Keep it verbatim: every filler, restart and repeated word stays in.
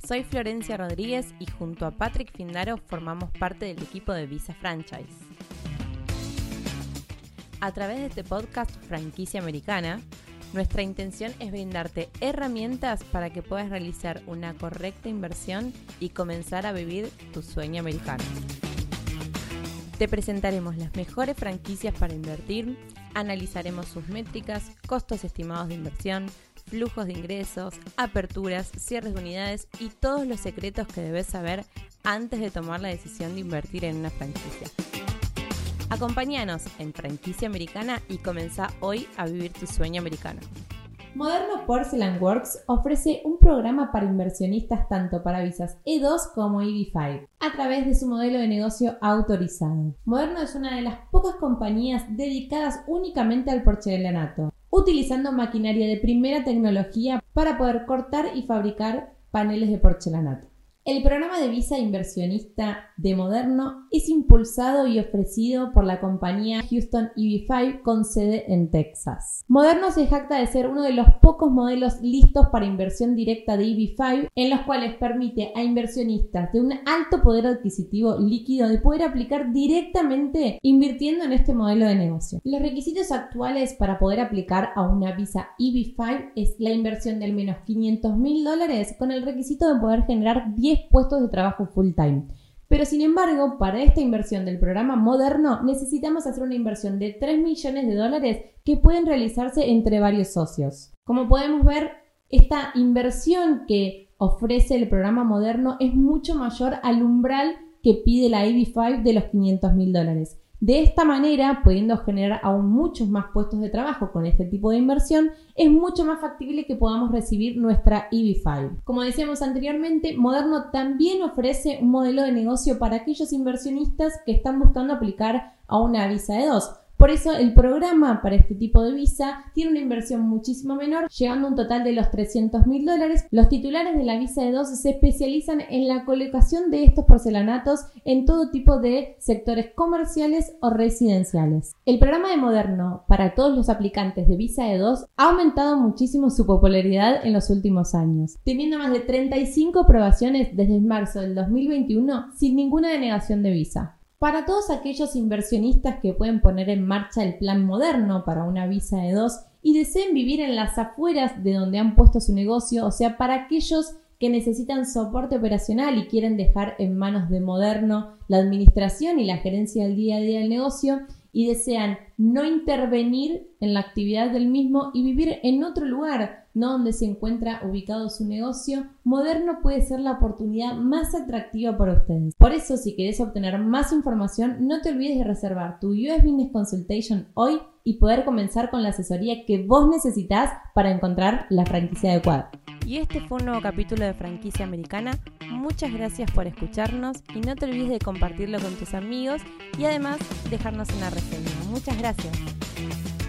Soy Florencia Rodríguez y junto a Patrick Findaro formamos parte del equipo de Visa Franchise. A través de este podcast Franquicia Americana, nuestra intención es brindarte herramientas para que puedas realizar una correcta inversión y comenzar a vivir tu sueño americano. Te presentaremos las mejores franquicias para invertir, analizaremos sus métricas, costos estimados de inversión, flujos de ingresos, aperturas, cierres de unidades y todos los secretos que debes saber antes de tomar la decisión de invertir en una franquicia. Acompáñanos en Franquicia Americana y comenzá hoy a vivir tu sueño americano. Moderno Porcelain Works ofrece un programa para inversionistas tanto para visas E dos como E B cinco a través de su modelo de negocio autorizado. Moderno es una de las pocas compañías dedicadas únicamente al porcelanato, utilizando maquinaria de primera tecnología para poder cortar y fabricar paneles de porcelanato. El programa de visa inversionista de Moderno es impulsado y ofrecido por la compañía Houston E B cinco con sede en Texas. Moderno se jacta de ser uno de los pocos modelos listos para inversión directa de E B cinco en los cuales permite a inversionistas de un alto poder adquisitivo líquido de poder aplicar directamente invirtiendo en este modelo de negocio. Los requisitos actuales para poder aplicar a una visa E B cinco es la inversión de al menos quinientos mil dólares con el requisito de poder generar diez puestos de trabajo full time. Pero sin embargo, para esta inversión del programa Moderno necesitamos hacer una inversión de tres millones de dólares que pueden realizarse entre varios socios. Como podemos ver, esta inversión que ofrece el programa Moderno es mucho mayor al umbral que pide la E B cinco de los quinientos mil dólares. De esta manera, pudiendo generar aún muchos más puestos de trabajo con este tipo de inversión, es mucho más factible que podamos recibir nuestra E B cinco. Como decíamos anteriormente, Moderno también ofrece un modelo de negocio para aquellos inversionistas que están buscando aplicar a una visa E dos. Por eso el programa para este tipo de visa tiene una inversión muchísimo menor, llegando a un total de los trescientos mil dólares. Los titulares de la visa E dos se especializan en la colocación de estos porcelanatos en todo tipo de sectores comerciales o residenciales. El programa de Moderno para todos los aplicantes de visa E dos ha aumentado muchísimo su popularidad en los últimos años, teniendo más de treinta y cinco aprobaciones desde marzo del dos mil veintiuno sin ninguna denegación de visa. Para todos aquellos inversionistas que pueden poner en marcha el plan Moderno para una visa E dos y deseen vivir en las afueras de donde han puesto su negocio, o sea, para aquellos que necesitan soporte operacional y quieren dejar en manos de Moderno la administración y la gerencia del día a día del negocio y desean no intervenir en la actividad del mismo y vivir en otro lugar, no donde se encuentra ubicado su negocio, Moderno puede ser la oportunidad más atractiva para ustedes. Por eso, si querés obtener más información, no te olvides de reservar tu U S Business Consultation hoy y poder comenzar con la asesoría que vos necesitas para encontrar la franquicia adecuada. Y este fue un nuevo capítulo de Franquicia Americana. Muchas gracias por escucharnos y no te olvides de compartirlo con tus amigos y además dejarnos una reseña. Muchas gracias.